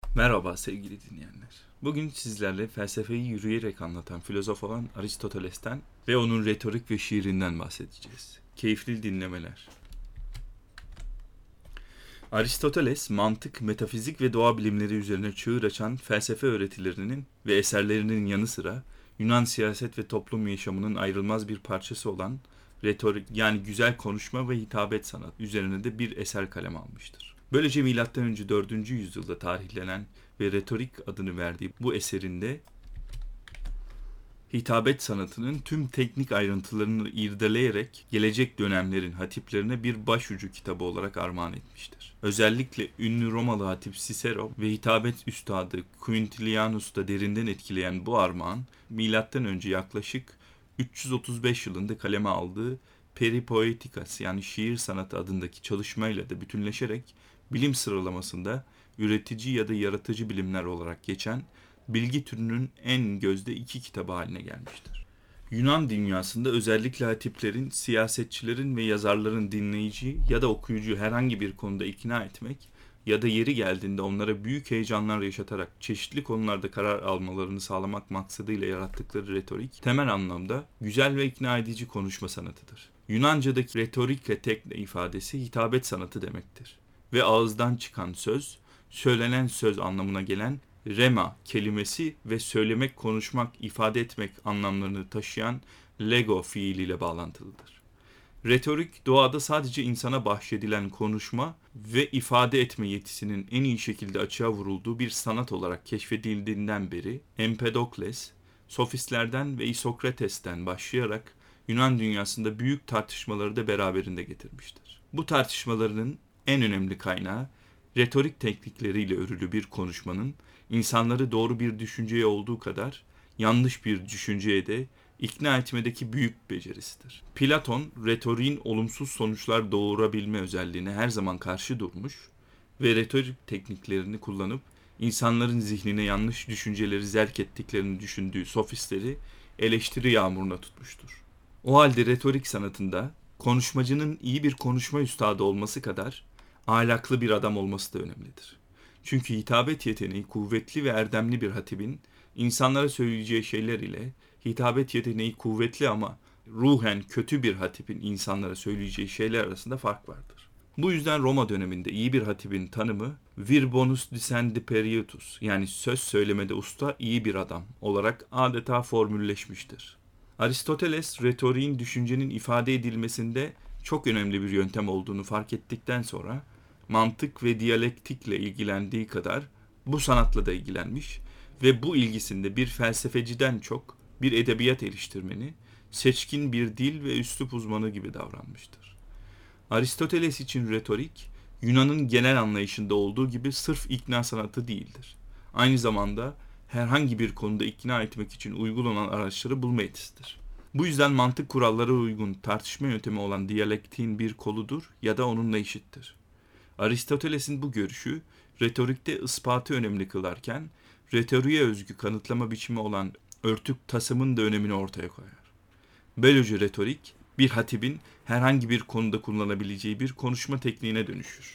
Merhaba sevgili dinleyenler. Bugün sizlerle felsefeyi yürüyerek anlatan filozof olan Aristoteles'ten ve onun retorik ve şiirinden bahsedeceğiz. Keyifli dinlemeler. Aristoteles, mantık, metafizik ve doğa bilimleri üzerine çığır açan felsefe öğretilerinin ve eserlerinin yanı sıra Yunan siyaset ve toplum yaşamının ayrılmaz bir parçası olan retorik yani güzel konuşma ve hitabet sanatı üzerine de bir eser kaleme almıştır. Böylece M.Ö. 4. yüzyılda tarihlenen ve retorik adını verdiği bu eserinde hitabet sanatının tüm teknik ayrıntılarını irdeleyerek gelecek dönemlerin hatiplerine bir başucu kitabı olarak armağan etmiştir. Özellikle ünlü Romalı hatip Cicero ve hitabet üstadı Quintilianus'u da derinden etkileyen bu armağan, M.Ö. yaklaşık 335 yılında kaleme aldığı Peripoetikas yani şiir sanatı adındaki çalışmayla da bütünleşerek bilim sıralamasında üretici ya da yaratıcı bilimler olarak geçen bilgi türünün en gözde iki kitabı haline gelmiştir. Yunan dünyasında özellikle hatiplerin, siyasetçilerin ve yazarların dinleyici ya da okuyucu herhangi bir konuda ikna etmek ya da yeri geldiğinde onlara büyük heyecanlar yaşatarak çeşitli konularda karar almalarını sağlamak maksadıyla yarattıkları retorik, temel anlamda güzel ve ikna edici konuşma sanatıdır. Yunanca'daki retorik ve tekne ifadesi hitabet sanatı demektir. Ve ağızdan çıkan söz, söylenen söz anlamına gelen rema kelimesi ve söylemek, konuşmak, ifade etmek anlamlarını taşıyan lego fiiliyle bağlantılıdır. Retorik, doğada sadece insana bahşedilen konuşma ve ifade etme yetisinin en iyi şekilde açığa vurulduğu bir sanat olarak keşfedildiğinden beri Empedokles, sofistlerden ve Isokrates'ten başlayarak Yunan dünyasında büyük tartışmaları da beraberinde getirmiştir. Bu tartışmaların en önemli kaynağı, retorik teknikleriyle örülü bir konuşmanın insanları doğru bir düşünceye olduğu kadar yanlış bir düşünceye de ikna etmedeki büyük becerisidir. Platon, retoriğin olumsuz sonuçlar doğurabilme özelliğine her zaman karşı durmuş ve retorik tekniklerini kullanıp insanların zihnine yanlış düşünceleri zerk ettiklerini düşündüğü sofistleri eleştiri yağmuruna tutmuştur. O halde retorik sanatında konuşmacının iyi bir konuşma üstadı olması kadar ahlaklı bir adam olması da önemlidir. Çünkü hitabet yeteneği kuvvetli ve erdemli bir hatibin insanlara söyleyeceği şeyler ile hitabet yeteneği kuvvetli ama ruhen kötü bir hatibin insanlara söyleyeceği şeyler arasında fark vardır. Bu yüzden Roma döneminde iyi bir hatibin tanımı vir bonus dicendi peritus yani söz söylemede usta iyi bir adam olarak adeta formülleşmiştir. Aristoteles retoriğin düşüncenin ifade edilmesinde çok önemli bir yöntem olduğunu fark ettikten sonra mantık ve diyalektikle ilgilendiği kadar bu sanatla da ilgilenmiş ve bu ilgisinde bir felsefeciden çok bir edebiyat eleştirmeni, seçkin bir dil ve üslup uzmanı gibi davranmıştır. Aristoteles için retorik, Yunan'ın genel anlayışında olduğu gibi sırf ikna sanatı değildir. Aynı zamanda herhangi bir konuda ikna etmek için uygulanan araçları bulma yetisidir. Bu yüzden mantık kurallara uygun tartışma yöntemi olan diyalektiğin bir koludur ya da onunla eşittir. Aristoteles'in bu görüşü retorikte ispatı önemli kılarken retoriğe özgü kanıtlama biçimi olan örtük tasımın da önemini ortaya koyar. Böylece retorik bir hatibin herhangi bir konuda kullanabileceği bir konuşma tekniğine dönüşür.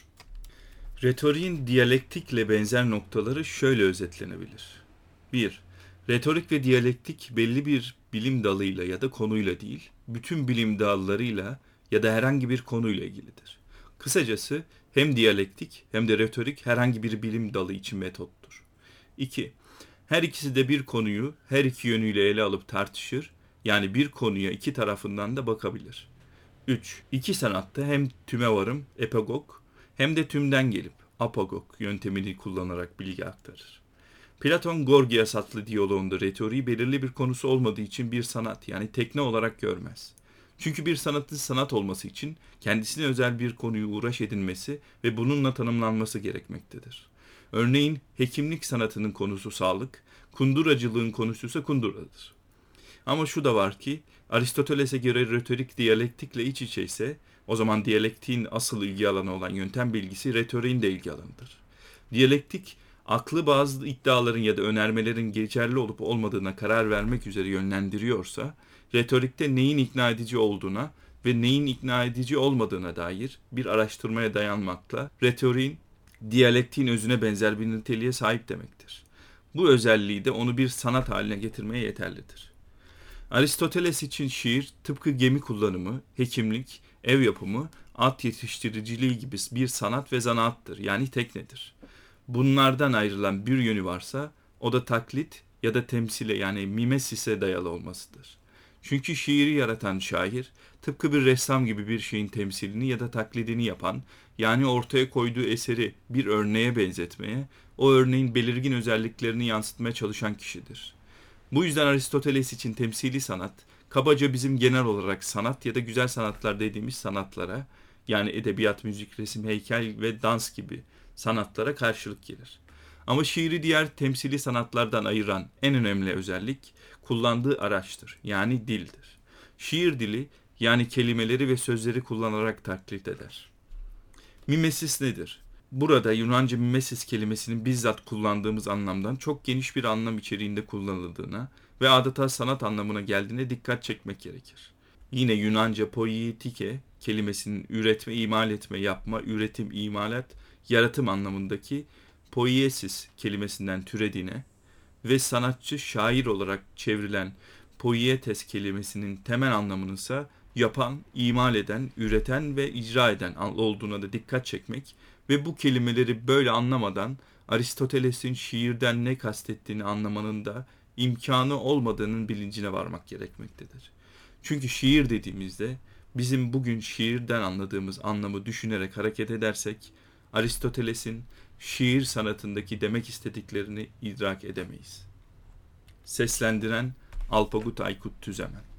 Retoriğin diyalektikle benzer noktaları şöyle özetlenebilir. 1. Retorik ve diyalektik belli bir bilim dalıyla ya da konuyla değil, bütün bilim dallarıyla ya da herhangi bir konuyla ilgilidir. Kısacası hem diyalektik hem de retorik herhangi bir bilim dalı için metottur. 2. Her ikisi de bir konuyu her iki yönüyle ele alıp tartışır, yani bir konuya iki tarafından da bakabilir. 3. İki sanatta hem tüme varım, epagog, hem de tümden gelip, apagog yöntemini kullanarak bilgi aktarır. Platon Gorgias adlı diyaloğunda retoriği belirli bir konusu olmadığı için bir sanat yani tekne olarak görmez. Çünkü bir sanatın sanat olması için kendisine özel bir konuyu uğraş edinmesi ve bununla tanımlanması gerekmektedir. Örneğin hekimlik sanatının konusu sağlık, kunduracılığın konusu ise kunduradır. Ama şu da var ki Aristoteles'e göre retorik diyalektikle iç içe ise o zaman diyalektiğin asıl ilgi alanı olan yöntem bilgisi retoriğin de ilgi alanıdır. Diyalektik aklı bazı iddiaların ya da önermelerin geçerli olup olmadığına karar vermek üzere yönlendiriyorsa, retorikte neyin ikna edici olduğuna ve neyin ikna edici olmadığına dair bir araştırmaya dayanmakla retoriğin diyalektiğin özüne benzer bir niteliğe sahip demektir. Bu özelliği de onu bir sanat haline getirmeye yeterlidir. Aristoteles için şiir tıpkı gemi kullanımı, hekimlik, ev yapımı, at yetiştiriciliği gibi bir sanat ve zanaattır, yani teknedir. Bunlardan ayrılan bir yönü varsa o da taklit ya da temsile, yani mimesise dayalı olmasıdır. Çünkü şiiri yaratan şair tıpkı bir ressam gibi bir şeyin temsilini ya da taklidini yapan, yani ortaya koyduğu eseri bir örneğe benzetmeye, o örneğin belirgin özelliklerini yansıtmaya çalışan kişidir. Bu yüzden Aristoteles için temsili sanat, kabaca bizim genel olarak sanat ya da güzel sanatlar dediğimiz sanatlara, yani edebiyat, müzik, resim, heykel ve dans gibi sanatlara karşılık gelir. Ama şiiri diğer temsili sanatlardan ayıran en önemli özellik kullandığı araçtır, yani dildir. Şiir dili, yani kelimeleri ve sözleri kullanarak taklit eder. Mimesis nedir? Burada Yunanca mimesis kelimesinin bizzat kullandığımız anlamdan çok geniş bir anlam içeriğinde kullanıldığına ve adeta sanat anlamına geldiğine dikkat çekmek gerekir. Yine Yunanca poietike kelimesinin üretme, imal etme, yapma, üretim, imalat, yaratım anlamındaki poiesis kelimesinden türediğine ve sanatçı, şair olarak çevrilen poietes kelimesinin temel anlamının ise yapan, imal eden, üreten ve icra eden olduğuna da dikkat çekmek ve bu kelimeleri böyle anlamadan Aristoteles'in şiirden ne kastettiğini anlamanın da imkanı olmadığının bilincine varmak gerekmektedir. Çünkü şiir dediğimizde bizim bugün şiirden anladığımız anlamı düşünerek hareket edersek Aristoteles'in şiir sanatındaki demek istediklerini idrak edemeyiz. Seslendiren Alpagut Aykut Tüzemen.